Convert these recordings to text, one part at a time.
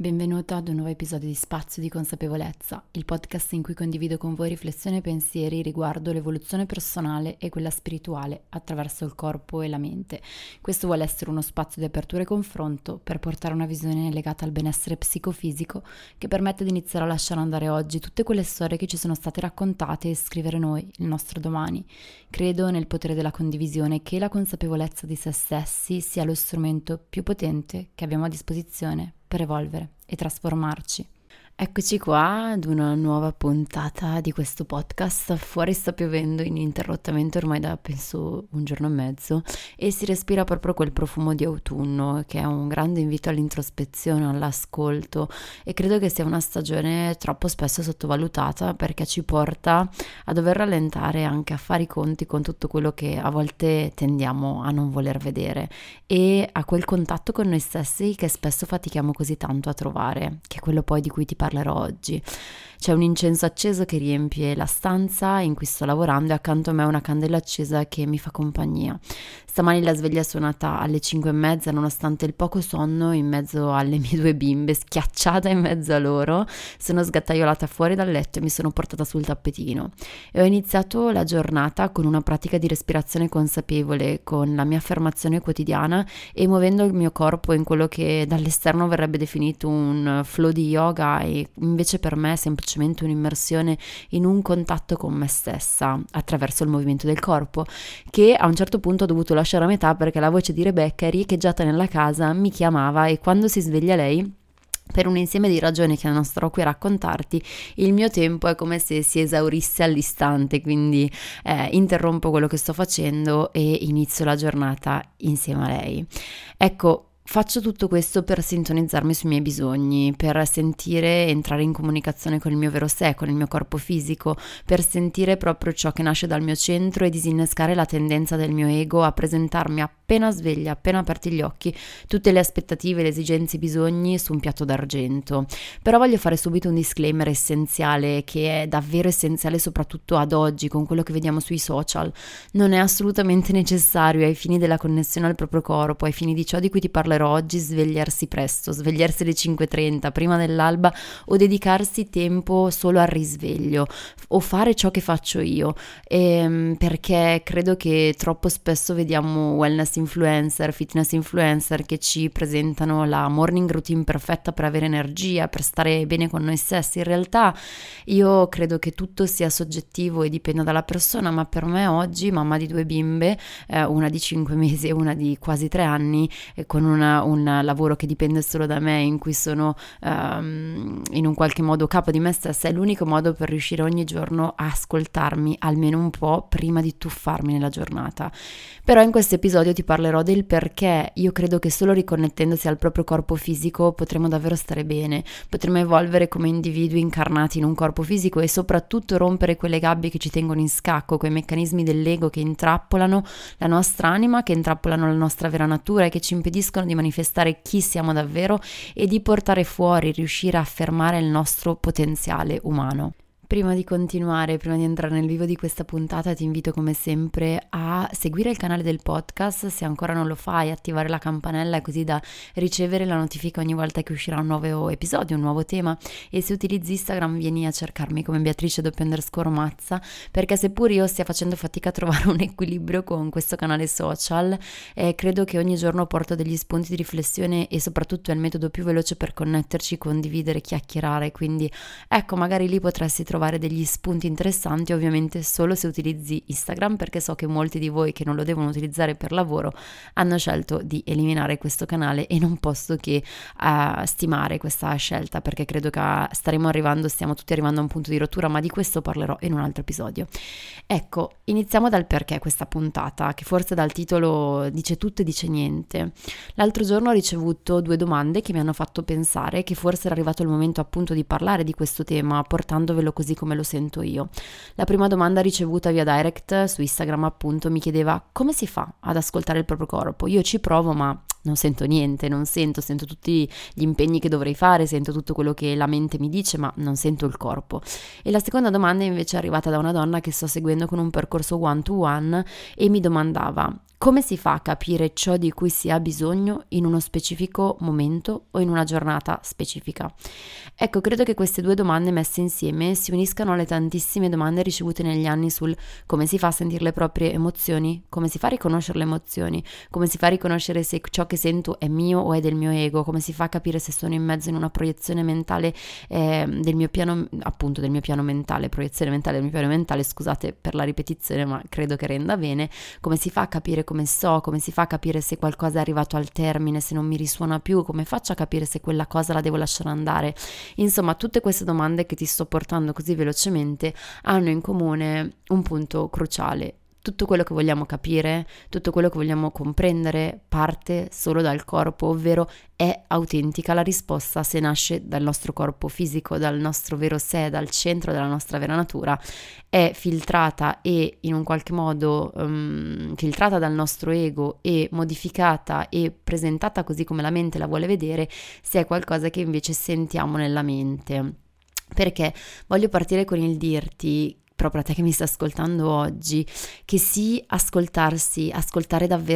Benvenuto ad un nuovo episodio di Spazio di Consapevolezza, il podcast in cui condivido con voi riflessioni e pensieri riguardo l'evoluzione personale e quella spirituale attraverso il corpo e la mente. Questo vuole essere uno spazio di apertura e confronto per portare una visione legata al benessere psicofisico che permette di iniziare a lasciare andare oggi tutte quelle storie che ci sono state raccontate e scrivere noi, il nostro domani. Credo nel potere della condivisione e che la consapevolezza di se stessi sia lo strumento più potente che abbiamo a disposizione per evolvere e trasformarci. Eccoci qua ad una nuova puntata di questo podcast. Fuori sta piovendo ininterrottamente ormai da penso un giorno e mezzo e si respira proprio quel profumo di autunno che è un grande invito all'introspezione, all'ascolto, e credo che sia una stagione troppo spesso sottovalutata perché ci porta a dover rallentare, anche a fare i conti con tutto quello che a volte tendiamo a non voler vedere e a quel contatto con noi stessi che spesso fatichiamo così tanto a trovare, che è quello poi di cui ti parlerò oggi. C'è un incenso acceso che riempie la stanza in cui sto lavorando e accanto a me una candela accesa che mi fa compagnia. Stamani la sveglia è suonata alle 5:30, nonostante il poco sonno, in mezzo alle mie due bimbe, schiacciata in mezzo a loro, sono sgattaiolata fuori dal letto e mi sono portata sul tappetino. E ho iniziato la giornata con una pratica di respirazione consapevole, con la mia affermazione quotidiana e muovendo il mio corpo in quello che dall'esterno verrebbe definito un flow di yoga, e invece per me è semplicemente un'immersione in un contatto con me stessa attraverso il movimento del corpo, che a un certo punto ho dovuto lasciare a metà perché la voce di Rebecca, riecheggiata nella casa, mi chiamava, e quando si sveglia lei, per un insieme di ragioni che non starò qui a raccontarti, il mio tempo è come se si esaurisse all'istante, quindi interrompo quello che sto facendo e inizio la giornata insieme a lei. Ecco, faccio tutto questo per sintonizzarmi sui miei bisogni, per sentire, entrare in comunicazione con il mio vero sé, con il mio corpo fisico, per sentire proprio ciò che nasce dal mio centro e disinnescare la tendenza del mio ego a presentarmi appena sveglia, appena aperti gli occhi, tutte le aspettative, le esigenze, i bisogni su un piatto d'argento. Però voglio fare subito un disclaimer essenziale, che è davvero essenziale soprattutto ad oggi con quello che vediamo sui social. Non è assolutamente necessario, ai fini della connessione al proprio corpo, ai fini di ciò di cui ti parlerò oggi, svegliarsi presto, svegliarsi alle 5:30 prima dell'alba, o dedicarsi tempo solo al risveglio, o fare ciò che faccio io, perché credo che troppo spesso vediamo wellness influencer, fitness influencer che ci presentano la morning routine perfetta per avere energia, per stare bene con noi stessi. In realtà io credo che tutto sia soggettivo e dipenda dalla persona, ma per me oggi, mamma di due bimbe, una di 5 mesi e una di quasi 3 anni, con un lavoro che dipende solo da me, in cui sono in un qualche modo capo di me stessa, è l'unico modo per riuscire ogni giorno a ascoltarmi almeno un po' prima di tuffarmi nella giornata. Però in questo episodio ti parlerò del perché io credo che solo riconnettendosi al proprio corpo fisico potremo davvero stare bene, potremo evolvere come individui incarnati in un corpo fisico e soprattutto rompere quelle gabbie che ci tengono in scacco, quei meccanismi dell'ego che intrappolano la nostra anima, che intrappolano la nostra vera natura e che ci impediscono di manifestare chi siamo davvero e di portare fuori, riuscire a affermare il nostro potenziale umano. Prima di continuare, prima di entrare nel vivo di questa puntata, ti invito come sempre a seguire il canale del podcast se ancora non lo fai, attivare la campanella così da ricevere la notifica ogni volta che uscirà un nuovo episodio, un nuovo tema, e se utilizzi Instagram vieni a cercarmi come Beatrice_Mazza, perché seppur io stia facendo fatica a trovare un equilibrio con questo canale social, credo che ogni giorno porto degli spunti di riflessione e soprattutto è il metodo più veloce per connetterci, condividere, chiacchierare, quindi ecco, magari lì potresti trovare degli spunti interessanti, ovviamente solo se utilizzi Instagram, perché so che molti di voi che non lo devono utilizzare per lavoro hanno scelto di eliminare questo canale e non posso che stimare questa scelta, perché credo che stiamo tutti arrivando a un punto di rottura, ma di questo parlerò in un altro episodio. Ecco, iniziamo dal perché questa puntata, che forse dal titolo dice tutto e dice niente. L'altro giorno ho ricevuto 2 domande che mi hanno fatto pensare che forse era arrivato il momento appunto di parlare di questo tema, portandovelo così come lo sento io. La prima domanda ricevuta via direct su Instagram appunto mi chiedeva: come si fa ad ascoltare il proprio corpo? Io ci provo ma non sento niente, sento tutti gli impegni che dovrei fare, sento tutto quello che la mente mi dice, ma non sento il corpo. E la seconda domanda invece è arrivata da una donna che sto seguendo con un percorso one to one e mi domandava: come si fa a capire ciò di cui si ha bisogno in uno specifico momento o in una giornata specifica? Ecco, credo che queste due domande messe insieme si uniscano alle tantissime domande ricevute negli anni sul come si fa a sentire le proprie emozioni, come si fa a riconoscere le emozioni, come si fa a riconoscere se ciò che sento è mio o è del mio ego, come si fa a capire se sono in mezzo in una proiezione mentale del mio piano, appunto del mio piano mentale, proiezione mentale del mio piano mentale, scusate per la ripetizione, ma credo che renda bene, come si fa a capire come si fa a capire se qualcosa è arrivato al termine, se non mi risuona più, come faccio a capire se quella cosa la devo lasciare andare. Insomma, tutte queste domande che ti sto portando così velocemente hanno in comune un punto cruciale. Tutto quello che vogliamo capire, tutto quello che vogliamo comprendere parte solo dal corpo, ovvero è autentica la risposta se nasce dal nostro corpo fisico, dal nostro vero sé, dal centro della nostra vera natura, è filtrata e in un qualche modo filtrata dal nostro ego e modificata e presentata così come la mente la vuole vedere, se è qualcosa che invece sentiamo nella mente. Perché voglio partire con il dirti, proprio a te che mi stai ascoltando oggi, che sì, ascoltare davvero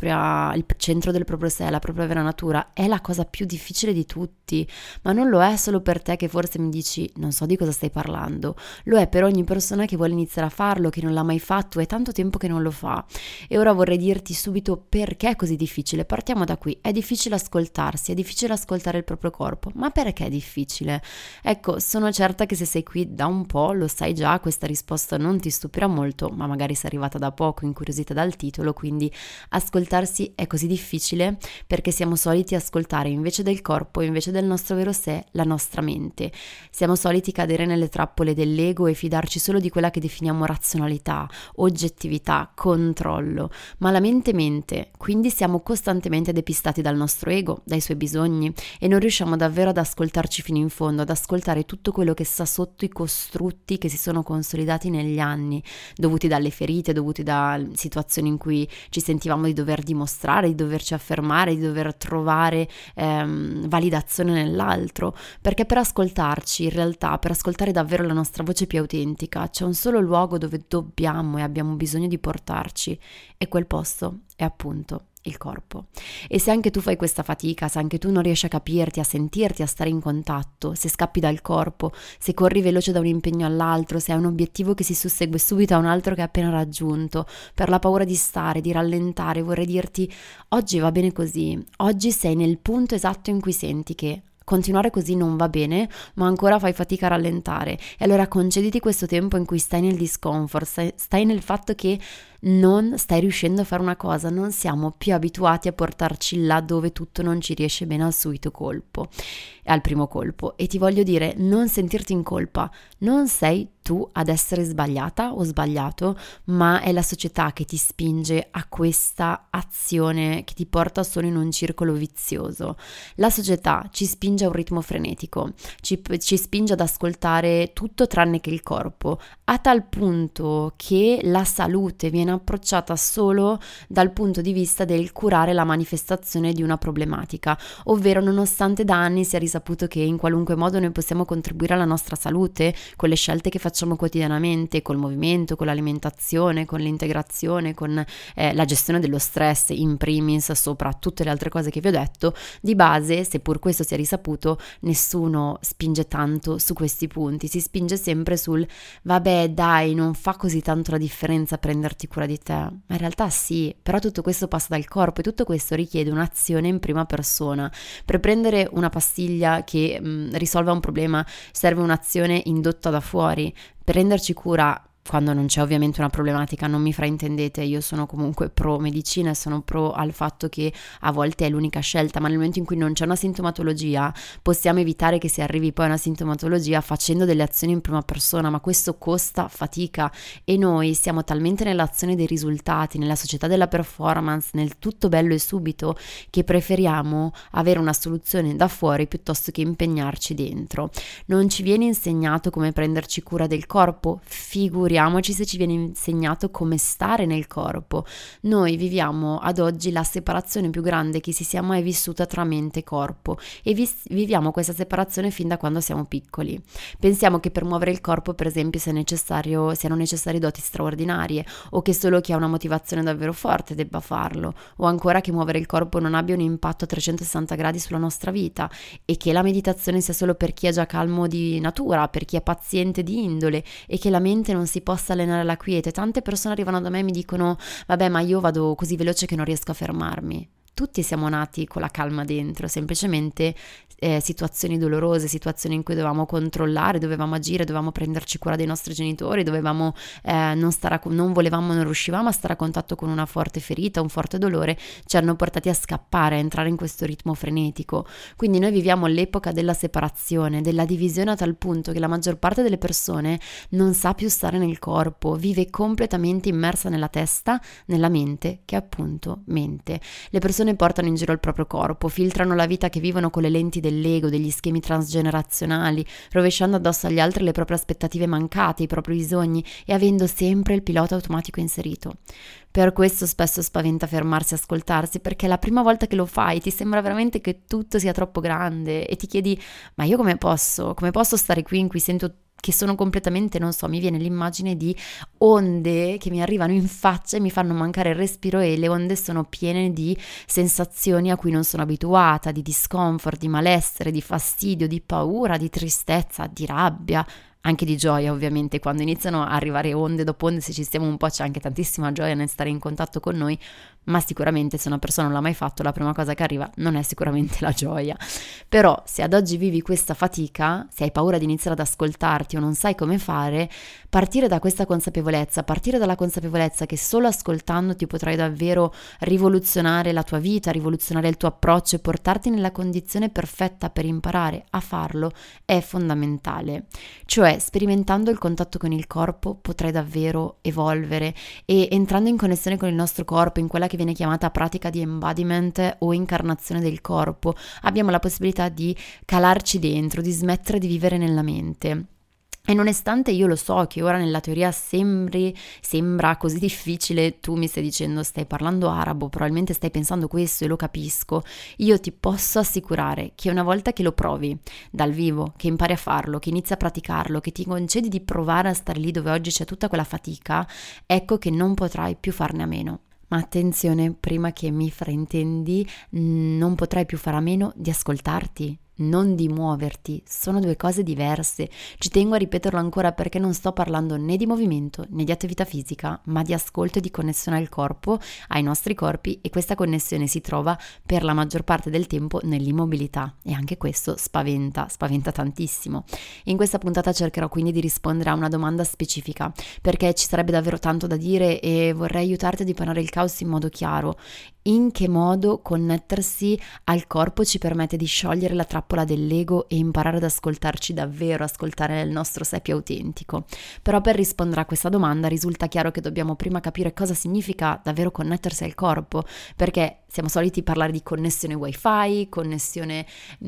il centro del proprio sé, la propria vera natura, è la cosa più difficile di tutti, ma non lo è solo per te che forse mi dici non so di cosa stai parlando, lo è per ogni persona che vuole iniziare a farlo, che non l'ha mai fatto, è tanto tempo che non lo fa. E ora vorrei dirti subito perché è così difficile. Partiamo da qui: è difficile ascoltarsi, è difficile ascoltare il proprio corpo. Ma perché è difficile? Ecco, sono certa che se sei qui da un po' lo sai già, questa risposta non ti stupirà molto, ma magari sei arrivata da poco, incuriosita dal titolo. Quindi ascoltarsi è così difficile perché siamo soliti ascoltare invece del corpo, invece del nostro vero sé, la nostra mente. Siamo soliti cadere nelle trappole dell'ego e fidarci solo di quella che definiamo razionalità, oggettività, controllo, ma la mente mente, quindi siamo costantemente depistati dal nostro ego, dai suoi bisogni, e non riusciamo davvero ad ascoltarci fino in fondo, ad ascoltare tutto quello che sta sotto i costrutti che si sono consolidati negli anni, dovuti dalle ferite, dovuti da situazioni in cui ci sentivamo di dover dimostrare, di doverci affermare, di dover trovare validazione nell'altro, perché per ascoltarci, in realtà, per ascoltare davvero la nostra voce più autentica, c'è un solo luogo dove dobbiamo e abbiamo bisogno di portarci, e quel posto è appunto il corpo. E se anche tu fai questa fatica, se anche tu non riesci a capirti, a sentirti, a stare in contatto, se scappi dal corpo, se corri veloce da un impegno all'altro, se hai un obiettivo che si sussegue subito a un altro che hai appena raggiunto, per la paura di stare, di rallentare, vorrei dirti: oggi va bene così, oggi sei nel punto esatto in cui senti che continuare così non va bene, ma ancora fai fatica a rallentare, e allora concediti questo tempo in cui stai nel discomfort, stai nel fatto che non stai riuscendo a fare una cosa, non siamo più abituati a portarci là dove tutto non ci riesce bene al subito colpo, al primo colpo. E ti voglio dire, non sentirti in colpa, non sei tu ad essere sbagliata o sbagliato, ma è la società che ti spinge a questa azione che ti porta solo in un circolo vizioso. La società ci spinge a un ritmo frenetico, ci spinge ad ascoltare tutto tranne che il corpo, a tal punto che la salute viene approcciata solo dal punto di vista del curare la manifestazione di una problematica, ovvero nonostante da anni sia risaputo che in qualunque modo noi possiamo contribuire alla nostra salute con le scelte che facciamo quotidianamente, col movimento, con l'alimentazione, con l'integrazione, con la gestione dello stress in primis, sopra tutte le altre cose che vi ho detto, di base, seppur questo sia risaputo, nessuno spinge tanto su questi punti, si spinge sempre sul vabbè dai, non fa così tanto la differenza prenderti cura di te, ma in realtà sì, però tutto questo passa dal corpo e tutto questo richiede un'azione in prima persona. Per prendere una pastiglia che risolva un problema serve un'azione indotta da fuori. Per renderci cura quando non c'è ovviamente una problematica, non mi fraintendete, io sono comunque pro medicina e sono pro al fatto che a volte è l'unica scelta, ma nel momento in cui non c'è una sintomatologia possiamo evitare che si arrivi poi a una sintomatologia facendo delle azioni in prima persona, ma questo costa fatica e noi siamo talmente nell'azione dei risultati, nella società della performance, nel tutto bello e subito, che preferiamo avere una soluzione da fuori piuttosto che impegnarci dentro. Non ci viene insegnato come prenderci cura del corpo, figuriamoci figuriamoci se ci viene insegnato come stare nel corpo. Noi viviamo ad oggi la separazione più grande che si sia mai vissuta tra mente e corpo e viviamo questa separazione fin da quando siamo piccoli. Pensiamo che per muovere il corpo, per esempio, siano necessarie doti straordinarie, o che solo chi ha una motivazione davvero forte debba farlo, o ancora che muovere il corpo non abbia un impatto a 360 gradi sulla nostra vita e che la meditazione sia solo per chi è già calmo di natura, per chi è paziente di indole, e che la mente non si possa allenare alla quiete. Tante persone arrivano da me e mi dicono: vabbè, ma io vado così veloce che non riesco a fermarmi. Tutti siamo nati con la calma dentro, semplicemente situazioni dolorose, situazioni in cui dovevamo controllare, dovevamo agire, dovevamo prenderci cura dei nostri genitori, dovevamo non riuscivamo a stare a contatto con una forte ferita, un forte dolore, ci hanno portati a scappare, a entrare in questo ritmo frenetico. Quindi noi viviamo l'epoca della separazione, della divisione, a tal punto che la maggior parte delle persone non sa più stare nel corpo, vive completamente immersa nella testa, nella mente, che è appunto mente. Le persone portano in giro il proprio corpo, filtrano la vita che vivono con le lenti dell'ego, degli schemi transgenerazionali, rovesciando addosso agli altri le proprie aspettative mancate, i propri bisogni, e avendo sempre il pilota automatico inserito. Per questo spesso spaventa fermarsi e ascoltarsi, perché la prima volta che lo fai ti sembra veramente che tutto sia troppo grande e ti chiedi: ma io come posso stare qui in cui sento che sono completamente, non so, mi viene l'immagine di onde che mi arrivano in faccia e mi fanno mancare il respiro, e le onde sono piene di sensazioni a cui non sono abituata, di discomfort, di malessere, di fastidio, di paura, di tristezza, di rabbia, anche di gioia. Ovviamente quando iniziano a arrivare onde dopo onde, se ci stiamo un po', c'è anche tantissima gioia nel stare in contatto con noi, ma sicuramente se una persona non l'ha mai fatto, la prima cosa che arriva non è sicuramente la gioia. Però se ad oggi vivi questa fatica, se hai paura di iniziare ad ascoltarti o non sai come fare, partire da questa consapevolezza, partire dalla consapevolezza che solo ascoltandoti potrai davvero rivoluzionare la tua vita, rivoluzionare il tuo approccio e portarti nella condizione perfetta per imparare a farlo, è fondamentale. Cioè, sperimentando il contatto con il corpo potrai davvero evolvere, e entrando in connessione con il nostro corpo, in quella che viene chiamata pratica di embodiment o incarnazione del corpo, abbiamo la possibilità di calarci dentro, di smettere di vivere nella mente. E nonostante io lo so che ora nella teoria sembra così difficile, tu mi stai dicendo: stai parlando arabo, probabilmente stai pensando questo, e lo capisco, io ti posso assicurare che una volta che lo provi dal vivo, che impari a farlo, che inizi a praticarlo, che ti concedi di provare a stare lì dove oggi c'è tutta quella fatica, ecco che non potrai più farne a meno. Ma attenzione, prima che mi fraintendi, non potrai più fare a meno di ascoltarti, non di muoverti. Sono due cose diverse. Ci tengo a ripeterlo ancora, perché non sto parlando né di movimento né di attività fisica, ma di ascolto e di connessione al corpo, ai nostri corpi, e questa connessione si trova per la maggior parte del tempo nell'immobilità, e anche questo spaventa tantissimo. In questa puntata cercherò quindi di rispondere a una domanda specifica, perché ci sarebbe davvero tanto da dire e vorrei aiutarti a dipanare il caos in modo chiaro. In che modo connettersi al corpo ci permette di sciogliere la trappola dell'ego e imparare ad ascoltarci davvero, ascoltare il nostro sé più autentico. Però per rispondere a questa domanda risulta chiaro che dobbiamo prima capire cosa significa davvero connettersi al corpo, perché siamo soliti parlare di connessione wifi, connessione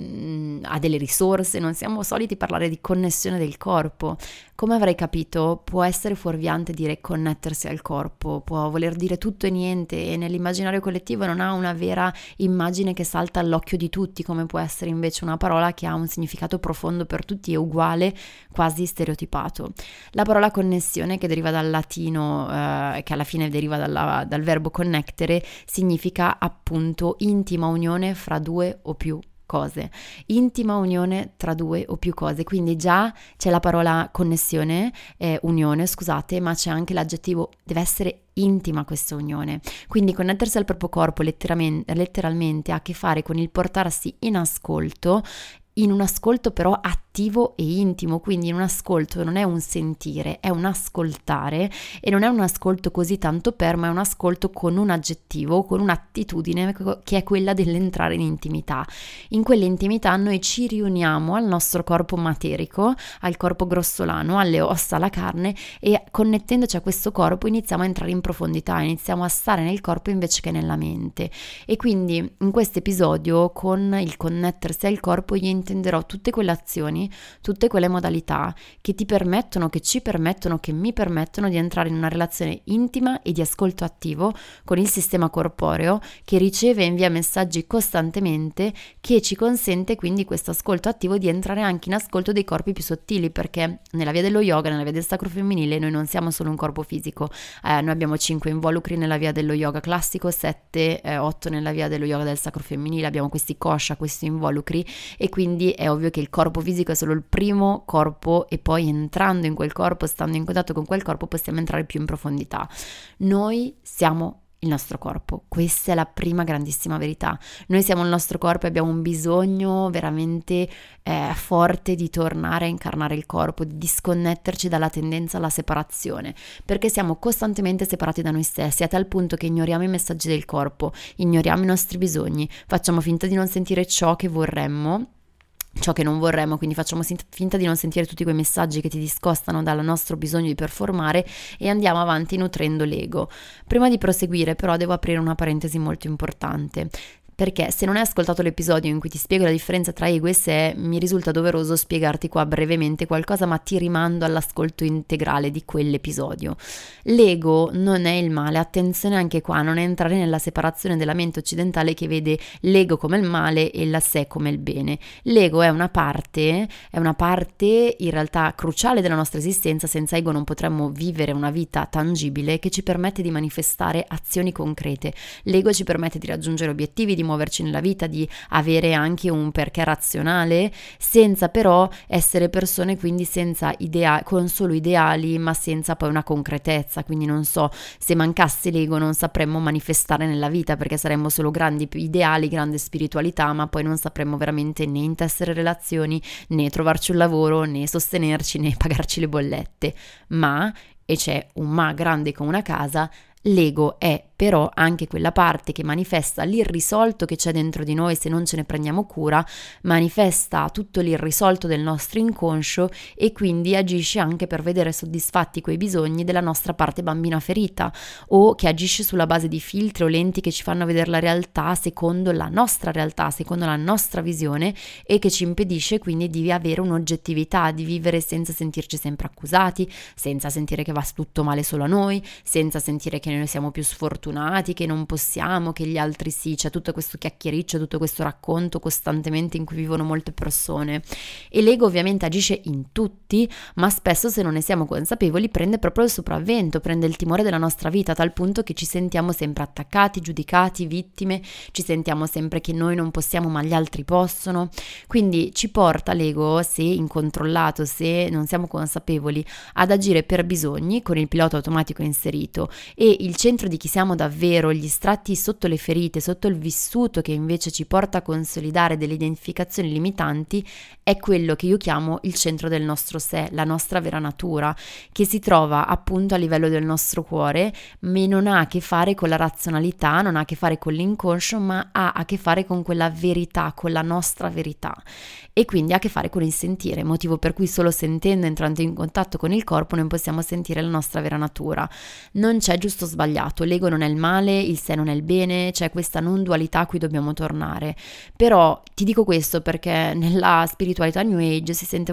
a delle risorse, non siamo soliti parlare di connessione del corpo. Come avrai capito, può essere fuorviante dire connettersi al corpo, può voler dire tutto e niente, e nell'immaginario collettivo non ha una vera immagine che salta all'occhio di tutti, come può essere invece una parola che ha un significato profondo per tutti e uguale, quasi stereotipato. La parola connessione, che deriva dal latino, che alla fine deriva dal verbo connectere, significa appunto intima unione fra due o più cose, intima unione tra due o più cose. Quindi già c'è la parola connessione, unione, scusate, ma c'è anche l'aggettivo: deve essere intima questa unione. Quindi connettersi al proprio corpo letteralmente ha a che fare con il portarsi in ascolto, in un ascolto però attivo e intimo. Quindi in un ascolto non è un sentire, è un ascoltare, e non è un ascolto così tanto per, ma è un ascolto con un aggettivo, con un'attitudine che è quella dell'entrare in intimità. In quell'intimità noi ci riuniamo al nostro corpo materico, al corpo grossolano, alle ossa, alla carne, e connettendoci a questo corpo iniziamo a entrare in profondità, iniziamo a stare nel corpo invece che nella mente. E quindi in questo episodio, con il connettersi al corpo, io intenderò tutte quelle azioni, tutte quelle modalità che ti permettono, che ci permettono, che mi permettono di entrare in una relazione intima e di ascolto attivo con il sistema corporeo, che riceve e invia messaggi costantemente, che ci consente quindi questo ascolto attivo di entrare anche in ascolto dei corpi più sottili, perché nella via dello yoga, nella via del sacro femminile, noi non siamo solo un corpo fisico, noi abbiamo 5 involucri nella via dello yoga classico, 7, 8 nella via dello yoga del sacro femminile, abbiamo questi kosha, questi involucri, e quindi è ovvio che il corpo fisico è solo il primo corpo, e poi entrando in quel corpo, stando in contatto con quel corpo, possiamo entrare più in profondità. Noi siamo il nostro corpo, questa è la prima grandissima verità. Noi siamo il nostro corpo e abbiamo un bisogno veramente forte di tornare a incarnare il corpo, di disconnetterci dalla tendenza alla separazione, perché siamo costantemente separati da noi stessi, a tal punto che ignoriamo i messaggi del corpo, ignoriamo i nostri bisogni, facciamo finta di non sentire ciò che vorremmo, ciò che non vorremmo, quindi facciamo finta di non sentire tutti quei messaggi che ti discostano dal nostro bisogno di performare, e andiamo avanti nutrendo l'ego. Prima di proseguire però devo aprire una parentesi molto importante, perché se non hai ascoltato l'episodio in cui ti spiego la differenza tra ego e sé, mi risulta doveroso spiegarti qua brevemente qualcosa, ma ti rimando all'ascolto integrale di quell'episodio. L'ego non è il male, attenzione anche qua, non è entrare nella separazione della mente occidentale che vede l'ego come il male e la sé come il bene. L'ego è una parte in realtà cruciale della nostra esistenza. Senza ego non potremmo vivere una vita tangibile che ci permette di manifestare azioni concrete. L'ego ci permette di raggiungere obiettivi, di muoverci nella vita, di avere anche un perché razionale, senza però essere persone quindi con solo ideali, ma senza poi una concretezza. Quindi non so, se mancasse l'ego non sapremmo manifestare nella vita, perché saremmo solo grandi ideali, grande spiritualità, ma poi non sapremmo veramente né intessere relazioni, né trovarci un lavoro, né sostenerci, né pagarci le bollette. Ma, e c'è un ma grande come una casa, l'ego è però anche quella parte che manifesta l'irrisolto che c'è dentro di noi se non ce ne prendiamo cura, manifesta tutto l'irrisolto del nostro inconscio, e quindi agisce anche per vedere soddisfatti quei bisogni della nostra parte bambina ferita, o che agisce sulla base di filtri o lenti che ci fanno vedere la realtà secondo la nostra realtà, secondo la nostra visione, e che ci impedisce quindi di avere un'oggettività, di vivere senza sentirci sempre accusati, senza sentire che va tutto male solo a noi, senza sentire che noi siamo più sfortunati, che non possiamo, che gli altri sì. C'è tutto questo chiacchiericcio, tutto questo racconto costantemente in cui vivono molte persone, e l'ego ovviamente agisce in tutti, ma spesso, se non ne siamo consapevoli, prende proprio il sopravvento, prende il timore della nostra vita, a tal punto che ci sentiamo sempre attaccati, giudicati, vittime, ci sentiamo sempre che noi non possiamo ma gli altri possono. Quindi ci porta l'ego, se incontrollato, se non siamo consapevoli, ad agire per bisogni con il pilota automatico inserito, e il centro di chi siamo davvero, gli stratti sotto le ferite, sotto il vissuto che invece ci porta a consolidare delle identificazioni limitanti, è quello che io chiamo il centro del nostro sé, la nostra vera natura, che si trova appunto a livello del nostro cuore, ma non ha a che fare con la razionalità, non ha a che fare con l'inconscio, ma ha a che fare con quella verità, con la nostra verità, e quindi ha a che fare con il sentire, motivo per cui solo sentendo, entrando in contatto con il corpo, noi possiamo sentire la nostra vera natura. Non c'è giusto o sbagliato, l'ego non è il male, il sé non è il bene, c'è questa non dualità a cui dobbiamo tornare. Però ti dico questo perché nella spiritualità New Age si sente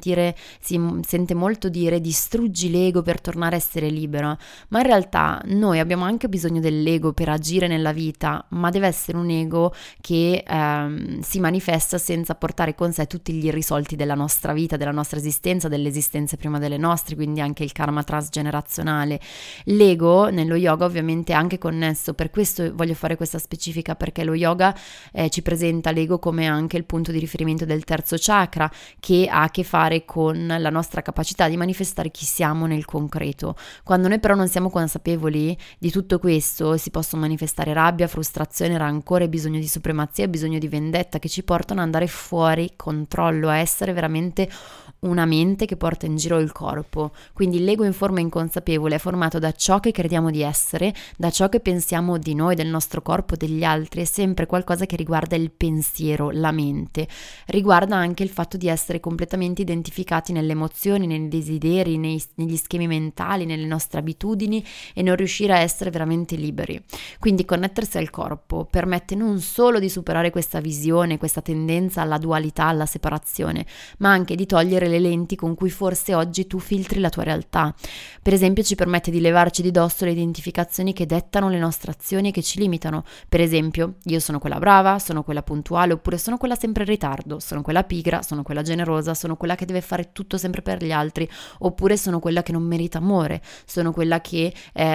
molto dire distruggi l'ego per tornare a essere libero, ma in realtà noi abbiamo anche bisogno dell'ego per agire nella vita, ma deve essere un ego che si manifesta senza portare con sé tutti gli irrisolti della nostra vita, della nostra esistenza, delle esistenze prima delle nostre, quindi anche il karma transgenerazionale. L'ego nello yoga ovviamente è anche connesso, per questo voglio fare questa specifica, perché lo yoga ci presenta l'ego come anche il punto di riferimento del terzo chakra, che ha a che fare con la nostra capacità di manifestare chi siamo nel concreto. Quando noi però non siamo consapevoli di tutto questo, si possono manifestare rabbia, frustrazione, rancore, bisogno di supremazia, bisogno di vendetta, che ci portano ad andare fuori controllo, a essere veramente una mente che porta in giro il corpo, quindi l'ego in forma inconsapevole è formato da ciò che crediamo di essere, da ciò che pensiamo di noi, del nostro corpo, degli altri, è sempre qualcosa che riguarda il pensiero, la mente, riguarda anche il fatto di essere completamente identificati nelle emozioni, nei desideri, negli schemi mentali, nelle nostre abitudini e non riuscire a essere veramente liberi. Quindi connettersi al corpo permette non solo di superare questa visione, questa tendenza alla dualità, alla separazione, ma anche di togliere le lenti con cui forse oggi tu filtri la tua realtà. Per esempio ci permette di levarci di dosso le identificazioni che dettano le nostre azioni e che ci limitano. Per esempio, io sono quella brava, sono quella puntuale, oppure sono quella sempre in ritardo, sono quella pigra, sono quella generosa, sono quella che deve fare tutto sempre per gli altri, oppure sono quella che non merita amore, sono quella che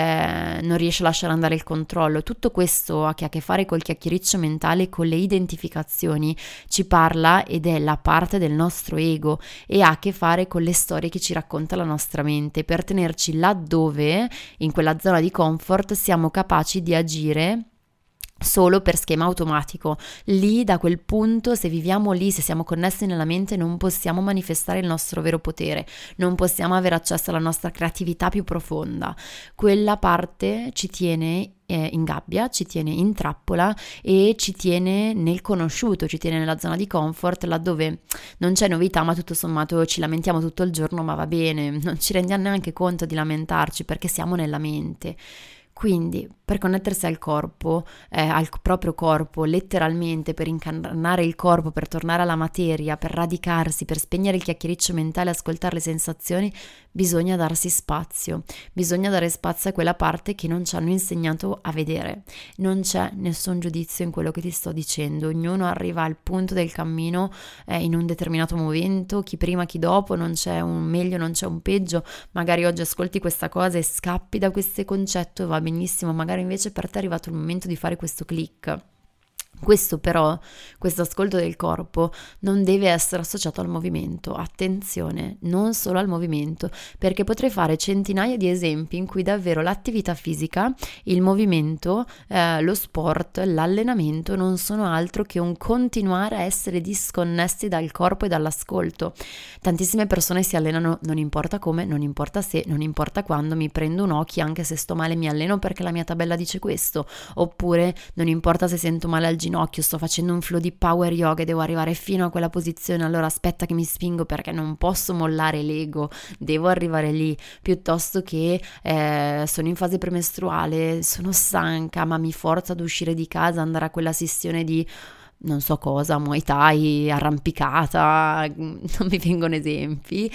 non riesce a lasciare andare il controllo. Tutto questo che ha a che fare col chiacchiericcio mentale, con le identificazioni, ci parla ed è la parte del nostro ego e ha a che fare con le storie che ci racconta la nostra mente per tenerci laddove, in quella zona di comfort, siamo capaci di agire solo per schema automatico. Lì, da quel punto, se viviamo lì, se siamo connessi nella mente, non possiamo manifestare il nostro vero potere, non possiamo avere accesso alla nostra creatività più profonda. Quella parte ci tiene in gabbia, ci tiene in trappola e ci tiene nel conosciuto, ci tiene nella zona di comfort, laddove non c'è novità, ma tutto sommato ci lamentiamo tutto il giorno, ma va bene, non ci rendiamo neanche conto di lamentarci perché siamo nella mente. Quindi, per connettersi al corpo, al proprio corpo, letteralmente, per incarnare il corpo, per tornare alla materia, per radicarsi, per spegnere il chiacchiericcio mentale, ascoltare le sensazioni, bisogna darsi spazio. Bisogna dare spazio a quella parte che non ci hanno insegnato a vedere. Non c'è nessun giudizio in quello che ti sto dicendo. Ognuno arriva al punto del cammino in un determinato momento, chi prima, chi dopo, non c'è un meglio, non c'è un peggio. Magari oggi ascolti questa cosa e scappi da questo concetto, va benissimo, magari invece per te è arrivato il momento di fare questo click. Questo però, questo ascolto del corpo non deve essere associato al movimento, attenzione, non solo al movimento, perché potrei fare centinaia di esempi in cui davvero l'attività fisica, il movimento, lo sport, l'allenamento non sono altro che un continuare a essere disconnessi dal corpo e dall'ascolto. Tantissime persone si allenano, non importa come, non importa se, non importa quando, mi prendo un occhio, anche se sto male mi alleno perché la mia tabella dice questo, oppure non importa se sento male al ginocchio, sto facendo un flow di power yoga e devo arrivare fino a quella posizione, allora aspetta che mi spingo perché non posso mollare l'ego, devo arrivare lì, piuttosto che sono in fase premestruale, sono stanca ma mi forzo ad uscire di casa, andare a quella sessione di non so cosa, Muay Thai, arrampicata, non mi vengono esempi,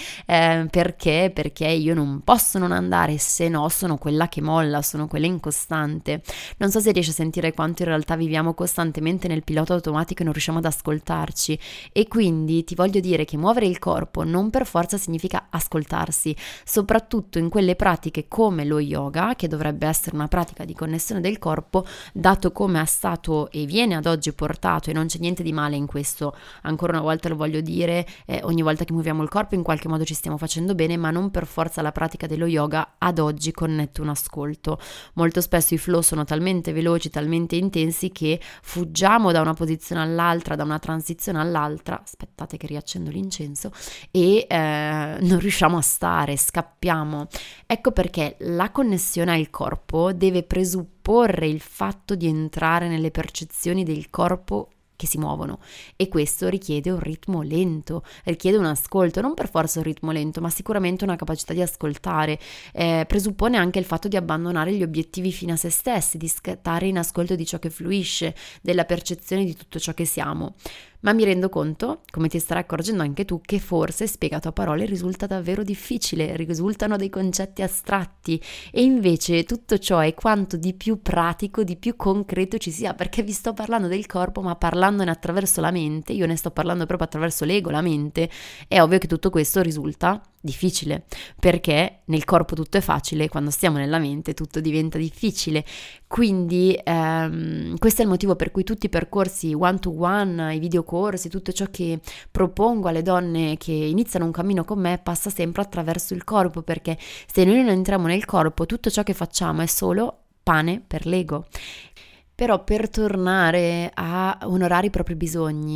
perché io non posso non andare, se no sono quella che molla, sono quella incostante. Non so se riesci a sentire quanto in realtà viviamo costantemente nel pilota automatico e non riusciamo ad ascoltarci, e quindi ti voglio dire che muovere il corpo non per forza significa ascoltarsi, soprattutto in quelle pratiche come lo yoga, che dovrebbe essere una pratica di connessione del corpo, dato come è stato e viene ad oggi portato, e non c'è niente di male in questo, ancora una volta lo voglio dire, ogni volta che muoviamo il corpo in qualche modo ci stiamo facendo bene, ma non per forza la pratica dello yoga ad oggi connette un ascolto. Molto spesso i flow sono talmente veloci, talmente intensi che fuggiamo da una posizione all'altra, da una transizione all'altra, aspettate che riaccendo l'incenso, e non riusciamo a stare, scappiamo. Ecco perché la connessione al corpo deve presupporre il fatto di entrare nelle percezioni del corpo che si muovono, e questo richiede un ritmo lento, richiede un ascolto, non per forza un ritmo lento, ma sicuramente una capacità di ascoltare, presuppone anche il fatto di abbandonare gli obiettivi fino a se stessi, di stare in ascolto di ciò che fluisce, della percezione di tutto ciò che siamo. Ma mi rendo conto, come ti starai accorgendo anche tu, che forse spiegato a parole risulta davvero difficile, risultano dei concetti astratti, e invece tutto ciò è quanto di più pratico, di più concreto ci sia, perché vi sto parlando del corpo, ma parlandone attraverso la mente, io ne sto parlando proprio attraverso l'ego, la mente, è ovvio che tutto questo risulta difficile, perché nel corpo tutto è facile, quando stiamo nella mente tutto diventa difficile. Quindi questo è il motivo per cui tutti i percorsi one to one, i videocorsi, tutto ciò che propongo alle donne che iniziano un cammino con me passa sempre attraverso il corpo, perché se noi non entriamo nel corpo tutto ciò che facciamo è solo pane per l'ego. Però per tornare a onorare i propri bisogni,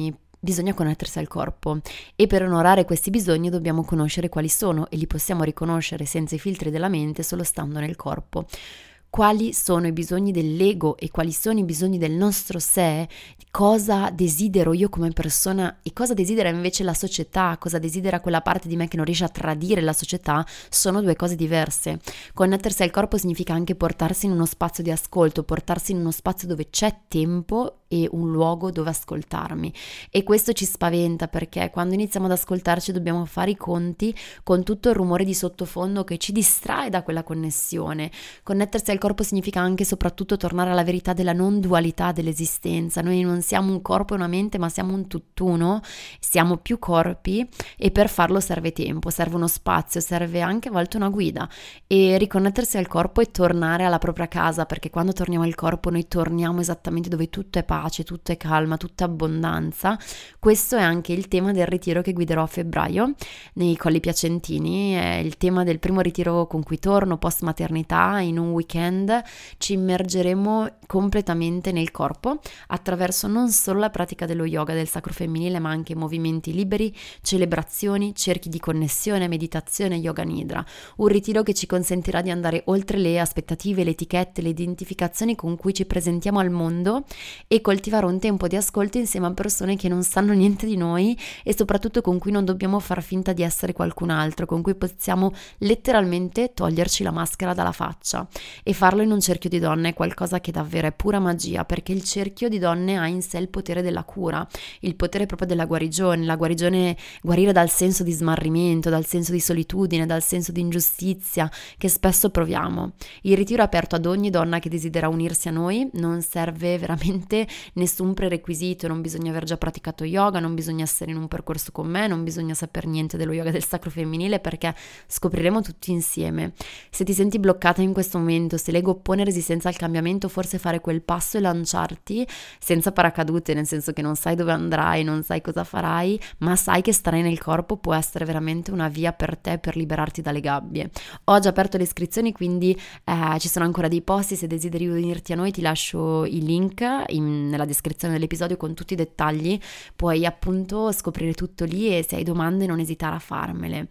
bisogna connettersi al corpo e per onorare questi bisogni dobbiamo conoscere quali sono e li possiamo riconoscere senza i filtri della mente solo stando nel corpo. Quali sono i bisogni dell'ego e quali sono i bisogni del nostro sé, cosa desidero io come persona e cosa desidera invece la società, cosa desidera quella parte di me che non riesce a tradire la società, sono due cose diverse. Connettersi al corpo significa anche portarsi in uno spazio di ascolto, portarsi in uno spazio dove c'è tempo e un luogo dove ascoltarmi, e questo ci spaventa perché quando iniziamo ad ascoltarci dobbiamo fare i conti con tutto il rumore di sottofondo che ci distrae da quella connessione. Connettersi al corpo significa anche e soprattutto tornare alla verità della non dualità dell'esistenza. Noi non siamo un corpo e una mente, ma siamo un tutt'uno, siamo più corpi e per farlo serve tempo, serve uno spazio, serve anche a volte una guida, e riconnettersi al corpo e tornare alla propria casa, perché quando torniamo al corpo noi torniamo esattamente dove tutto è pace, tutto è calma, tutta abbondanza. Questo è anche il tema del ritiro che guiderò a febbraio nei Colli Piacentini, è il tema del primo ritiro con cui torno post maternità. In un weekend ci immergeremo completamente nel corpo attraverso non solo la pratica dello yoga del sacro femminile, ma anche movimenti liberi, celebrazioni, cerchi di connessione, meditazione, yoga nidra. Un ritiro che ci consentirà di andare oltre le aspettative, le etichette, le identificazioni con cui ci presentiamo al mondo e coltivare un tempo di ascolto insieme a persone che non sanno niente di noi e soprattutto con cui non dobbiamo far finta di essere qualcun altro, con cui possiamo letteralmente toglierci la maschera dalla faccia. E farlo in un cerchio di donne è qualcosa che davvero è pura magia, perché il cerchio di donne ha in sé il potere della cura, il potere proprio della guarigione, la guarigione, guarire dal senso di smarrimento, dal senso di solitudine, dal senso di ingiustizia che spesso proviamo. Il ritiro è aperto ad ogni donna che desidera unirsi a noi, non serve veramente nessun prerequisito, non bisogna aver già praticato yoga, non bisogna essere in un percorso con me, non bisogna saper niente dello yoga del sacro femminile, perché scopriremo tutti insieme. Se ti senti bloccata in questo momento, se l'ego oppone resistenza al cambiamento, forse fare quel passo e lanciarti senza paracadute, nel senso che non sai dove andrai, non sai cosa farai, ma sai che starai nel corpo, può essere veramente una via per te per liberarti dalle gabbie. Ho già aperto le iscrizioni, quindi ci sono ancora dei posti. Se desideri unirti a noi ti lascio i link nella descrizione dell'episodio con tutti i dettagli, puoi appunto scoprire tutto lì e se hai domande non esitare a farmele.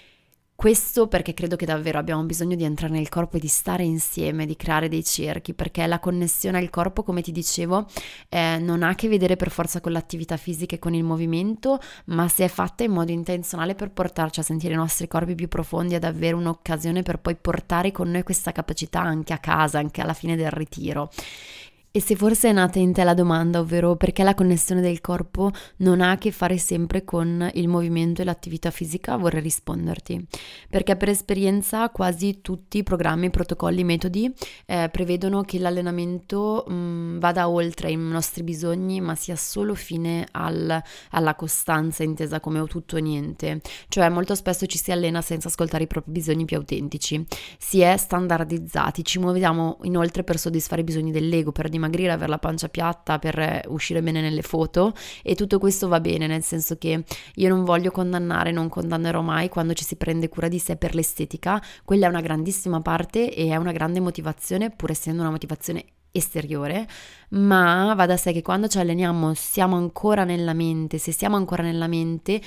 Questo perché credo che davvero abbiamo bisogno di entrare nel corpo e di stare insieme, di creare dei cerchi, perché la connessione al corpo, come ti dicevo, non ha a che vedere per forza con l'attività fisica e con il movimento, ma se è fatta in modo intenzionale per portarci a sentire i nostri corpi più profondi, è davvero un'occasione per poi portare con noi questa capacità anche a casa, anche alla fine del ritiro. E se forse è nata in te la domanda, ovvero perché la connessione del corpo non ha a che fare sempre con il movimento e l'attività fisica, vorrei risponderti. Perché per esperienza quasi tutti i programmi, protocolli, metodi prevedono che l'allenamento vada oltre i nostri bisogni, ma sia solo fine alla costanza, intesa come o tutto o niente. Cioè molto spesso ci si allena senza ascoltare i propri bisogni più autentici. Si è standardizzati, ci muoviamo inoltre per soddisfare i bisogni dell'ego, per dimagrire, avere la pancia piatta, per uscire bene nelle foto, e tutto questo va bene, nel senso che io non voglio condannare, non condannerò mai quando ci si prende cura di sé per l'estetica. Quella è una grandissima parte e è una grande motivazione, pur essendo una motivazione esteriore, ma va da sé che quando ci alleniamo siamo ancora nella mente. Se siamo ancora nella mente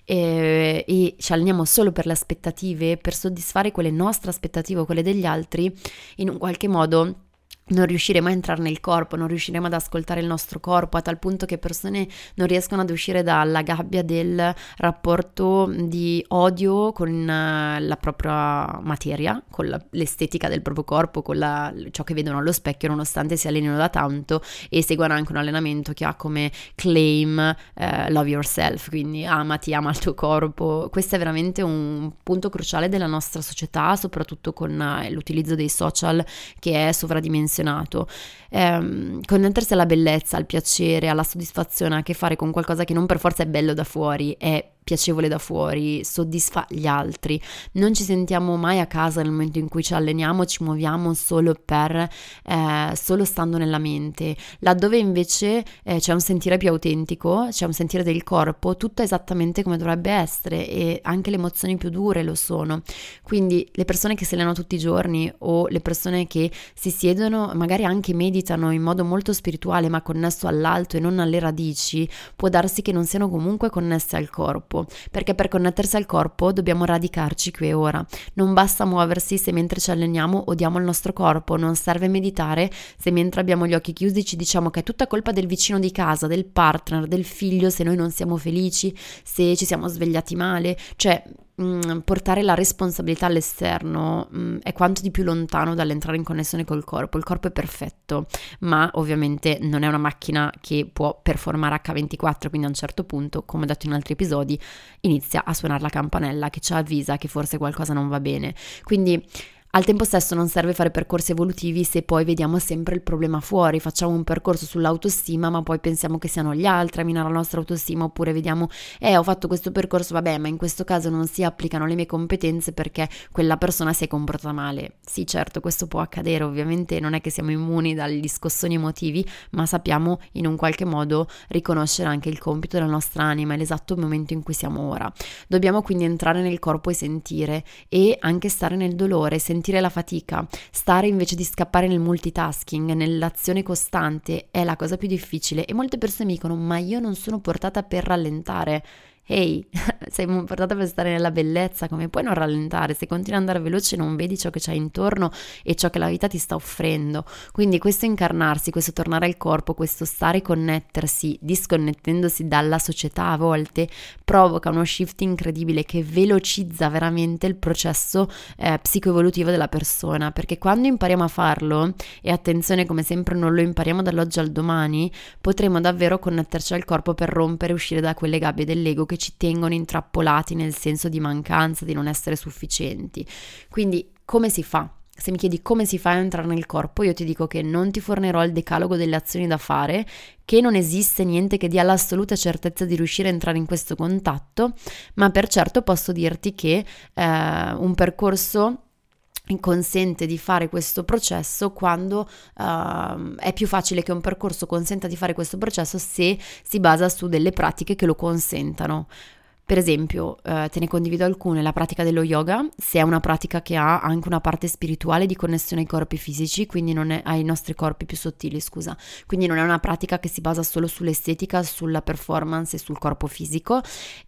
e ci alleniamo solo per le aspettative, per soddisfare quelle nostre aspettative o quelle degli altri, in un qualche modo non riusciremo a entrare nel corpo, non riusciremo ad ascoltare il nostro corpo, a tal punto che persone non riescono ad uscire dalla gabbia del rapporto di odio con la propria materia, con l'estetica del proprio corpo, con ciò che vedono allo specchio, nonostante si allenino da tanto e seguano anche un allenamento che ha come claim love yourself, quindi amati, ama il tuo corpo. Questo è veramente un punto cruciale della nostra società, soprattutto con l'utilizzo dei social che è sovradimensionato. Connettersi alla bellezza, al piacere, alla soddisfazione ha a che fare con qualcosa che non per forza è bello da fuori, è piacevole da fuori, soddisfa gli altri. Non ci sentiamo mai a casa nel momento in cui ci alleniamo, ci muoviamo solo stando nella mente. Laddove invece c'è un sentire più autentico, c'è un sentire del corpo, tutto è esattamente come dovrebbe essere, e anche le emozioni più dure lo sono. Quindi le persone che si allenano tutti i giorni, o le persone che si siedono, magari anche meditano in modo molto spirituale ma connesso all'alto e non alle radici, può darsi che non siano comunque connesse al corpo, perché per connettersi al corpo dobbiamo radicarci qui e ora. Non basta muoversi se mentre ci alleniamo odiamo il nostro corpo, non serve meditare se mentre abbiamo gli occhi chiusi ci diciamo che è tutta colpa del vicino di casa, del partner, del figlio se noi non siamo felici, se ci siamo svegliati male. Cioè portare la responsabilità all'esterno è quanto di più lontano dall'entrare in connessione col corpo. Il corpo è perfetto, ma ovviamente non è una macchina che può performare H24, quindi a un certo punto, come ho detto in altri episodi, inizia a suonare la campanella che ci avvisa che forse qualcosa non va bene. Quindi al tempo stesso non serve fare percorsi evolutivi se poi vediamo sempre il problema fuori. Facciamo un percorso sull'autostima ma poi pensiamo che siano gli altri a minare la nostra autostima, oppure vediamo ho fatto questo percorso, vabbè, ma in questo caso non si applicano le mie competenze perché quella persona si è comportata male. Sì, certo, questo può accadere, ovviamente non è che siamo immuni dagli scossoni emotivi, ma sappiamo in un qualche modo riconoscere anche il compito della nostra anima e l'esatto momento in cui siamo ora. Dobbiamo quindi entrare nel corpo e sentire, e anche stare nel dolore, sentire la fatica. Stare invece di scappare nel multitasking, nell'azione costante, è la cosa più difficile, e molte persone mi dicono: ma io non sono portata per rallentare. Ehi, sei portata per stare nella bellezza, come puoi non rallentare? Se continui ad andare veloce non vedi ciò che c'hai intorno e ciò che la vita ti sta offrendo. Quindi questo incarnarsi, questo tornare al corpo, questo stare, connettersi, disconnettendosi dalla società a volte, provoca uno shift incredibile che velocizza veramente il processo psicoevolutivo della persona, perché quando impariamo a farlo, e attenzione, come sempre non lo impariamo dall'oggi al domani, potremo davvero connetterci al corpo per rompere e uscire da quelle gabbie dell'ego che ci tengono intrappolati nel senso di mancanza, di non essere sufficienti. Quindi come si fa? Se mi chiedi come si fa a entrare nel corpo, io ti dico che non ti fornirò il decalogo delle azioni da fare, che non esiste niente che dia l'assoluta certezza di riuscire a entrare in questo contatto, ma per certo posso dirti che un percorso consente di fare questo processo quando è più facile che un percorso consenta di fare questo processo se si basa su delle pratiche che lo consentano. Per esempio, te ne condivido alcune: la pratica dello yoga, se è una pratica che ha anche una parte spirituale di connessione ai corpi fisici, quindi non è ai nostri corpi più sottili, quindi non è una pratica che si basa solo sull'estetica, sulla performance e sul corpo fisico,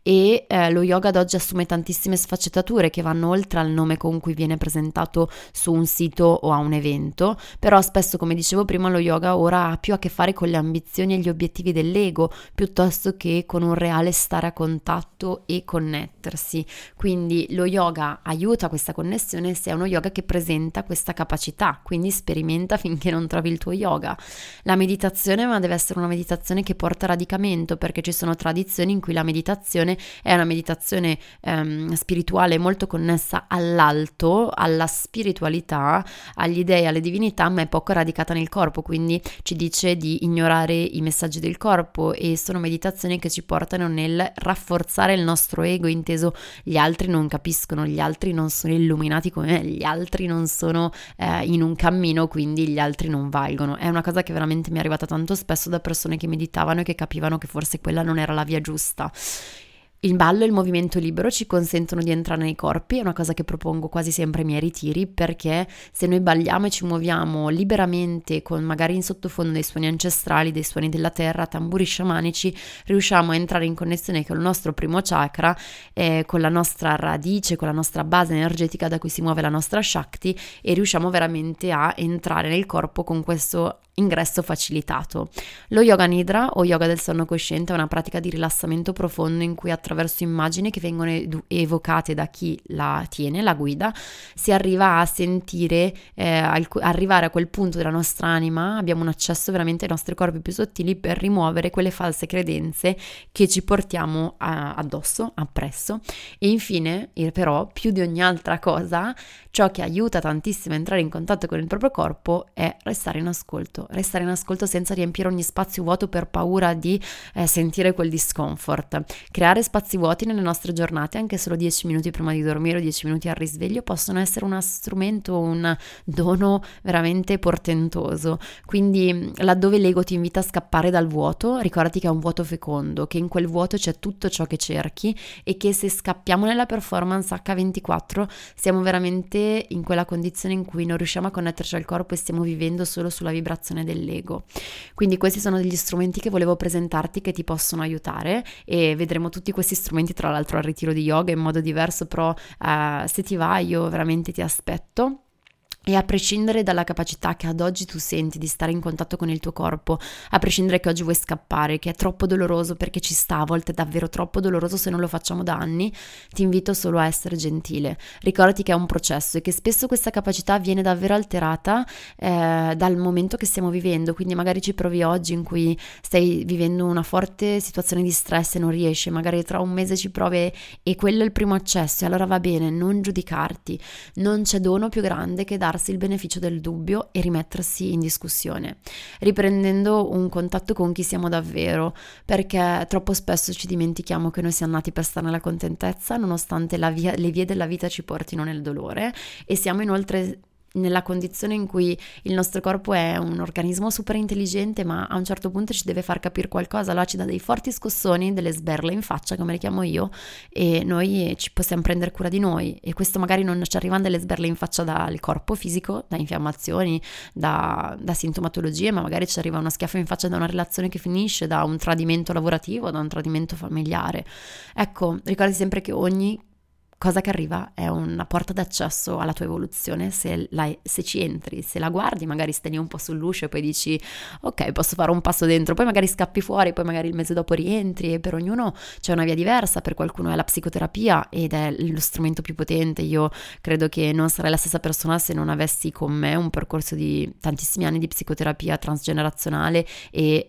e lo yoga ad oggi assume tantissime sfaccettature che vanno oltre al nome con cui viene presentato su un sito o a un evento, però spesso, come dicevo prima, lo yoga ora ha più a che fare con le ambizioni e gli obiettivi dell'ego, piuttosto che con un reale stare a contatto e connettersi. Quindi lo yoga aiuta questa connessione se è uno yoga che presenta questa capacità, quindi sperimenta finché non trovi il tuo yoga. La meditazione, ma deve essere una meditazione che porta radicamento, perché ci sono tradizioni in cui la meditazione è una meditazione spirituale molto connessa all'alto, alla spiritualità, agli dei, alle divinità, ma è poco radicata nel corpo, quindi ci dice di ignorare i messaggi del corpo, e sono meditazioni che ci portano nel rafforzare il nostro ego, inteso gli altri non capiscono, gli altri non sono illuminati come me, gli altri non sono in un cammino, quindi gli altri non valgono. È una cosa che veramente mi è arrivata tanto spesso da persone che meditavano e che capivano che forse quella non era la via giusta. Il ballo e il movimento libero ci consentono di entrare nei corpi, è una cosa che propongo quasi sempre ai miei ritiri, perché se noi balliamo e ci muoviamo liberamente con magari in sottofondo dei suoni ancestrali, dei suoni della terra, tamburi sciamanici, riusciamo a entrare in connessione con il nostro primo chakra, con la nostra radice, con la nostra base energetica da cui si muove la nostra Shakti, e riusciamo veramente a entrare nel corpo con questo ingresso facilitato. Lo yoga nidra o yoga del sonno cosciente è una pratica di rilassamento profondo in cui attraverso immagini che vengono evocate da chi la tiene, la guida, si arriva a sentire, arrivare a quel punto della nostra anima, abbiamo un accesso veramente ai nostri corpi più sottili per rimuovere quelle false credenze che ci portiamo addosso, appresso. E infine, però, più di ogni altra cosa, ciò che aiuta tantissimo a entrare in contatto con il proprio corpo è restare in senza riempire ogni spazio vuoto per paura di sentire quel discomfort. Creare spazio spazi vuoti nelle nostre giornate, anche solo 10 minuti prima di dormire o 10 minuti al risveglio, possono essere uno strumento, un dono veramente portentoso. Quindi laddove l'ego ti invita a scappare dal vuoto, ricordati che è un vuoto fecondo, che in quel vuoto c'è tutto ciò che cerchi e che se scappiamo nella performance H24 siamo veramente in quella condizione in cui non riusciamo a connetterci al corpo e stiamo vivendo solo sulla vibrazione dell'ego. Quindi questi sono degli strumenti che volevo presentarti che ti possono aiutare, e vedremo tutti questi strumenti tra l'altro al ritiro di yoga in modo diverso, però se ti va io veramente ti aspetto. E a prescindere dalla capacità che ad oggi tu senti di stare in contatto con il tuo corpo, a prescindere che oggi vuoi scappare, che è troppo doloroso, perché ci sta, a volte è davvero troppo doloroso se non lo facciamo da anni, ti invito solo a essere gentile. Ricordati che è un processo e che spesso questa capacità viene davvero alterata dal momento che stiamo vivendo, quindi magari ci provi oggi in cui stai vivendo una forte situazione di stress e non riesci, magari tra un mese ci provi e quello è il primo accesso, e allora va bene, non giudicarti, non c'è dono più grande che darsi il beneficio del dubbio e rimettersi in discussione, riprendendo un contatto con chi siamo davvero, perché troppo spesso ci dimentichiamo che noi siamo nati per stare nella contentezza, nonostante le vie della vita ci portino nel dolore, e siamo inoltre nella condizione in cui il nostro corpo è un organismo super intelligente, ma a un certo punto ci deve far capire qualcosa, allora ci dà dei forti scossoni, delle sberle in faccia, come le chiamo io, e noi ci possiamo prendere cura di noi, e questo magari non ci arrivano delle sberle in faccia dal corpo fisico, da infiammazioni, da sintomatologie, ma magari ci arriva uno schiaffo in faccia da una relazione che finisce, da un tradimento lavorativo, da un tradimento familiare. Ecco, ricordi sempre che ogni cosa che arriva è una porta d'accesso alla tua evoluzione, se ci entri, se la guardi, magari stai lì un po' sull'uscio e poi dici ok, posso fare un passo dentro, poi magari scappi fuori, poi magari il mese dopo rientri, e per ognuno c'è una via diversa, per qualcuno è la psicoterapia ed è lo strumento più potente. Io credo che non sarei la stessa persona se non avessi con me un percorso di tantissimi anni di psicoterapia transgenerazionale e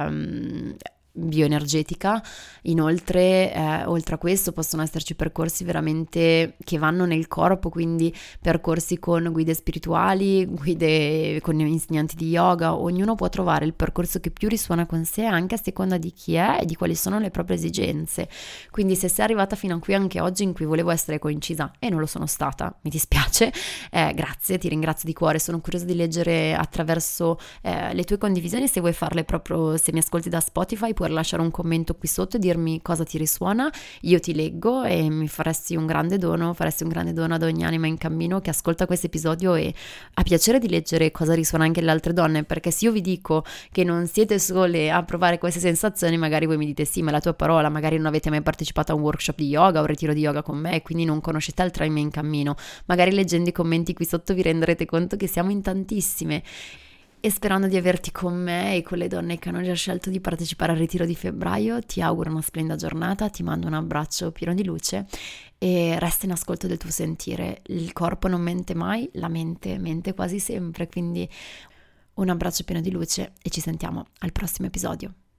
bioenergetica. Inoltre oltre a questo possono esserci percorsi veramente che vanno nel corpo, quindi percorsi con guide spirituali, guide con insegnanti di yoga. Ognuno può trovare il percorso che più risuona con sé, anche a seconda di chi è e di quali sono le proprie esigenze. Quindi se sei arrivata fino a qui anche oggi, in cui volevo essere coincisa e non lo sono stata, mi dispiace, grazie, ti ringrazio di cuore. Sono curiosa di leggere attraverso le tue condivisioni. Se vuoi farle proprio, se mi ascolti da Spotify, puoi lasciare un commento qui sotto e dirmi cosa ti risuona, io ti leggo e mi faresti un grande dono ad ogni anima in cammino che ascolta questo episodio e ha piacere di leggere cosa risuona anche le altre donne, perché se io vi dico che non siete sole a provare queste sensazioni, magari voi mi dite sì, ma la tua parola, magari non avete mai partecipato a un workshop di yoga o un ritiro di yoga con me e quindi non conoscete altre anime in cammino. Magari leggendo i commenti qui sotto vi renderete conto che siamo in tantissime. E sperando di averti con me e con le donne che hanno già scelto di partecipare al ritiro di febbraio, ti auguro una splendida giornata, ti mando un abbraccio pieno di luce e resta in ascolto del tuo sentire. Il corpo non mente mai, la mente mente quasi sempre, quindi un abbraccio pieno di luce e ci sentiamo al prossimo episodio.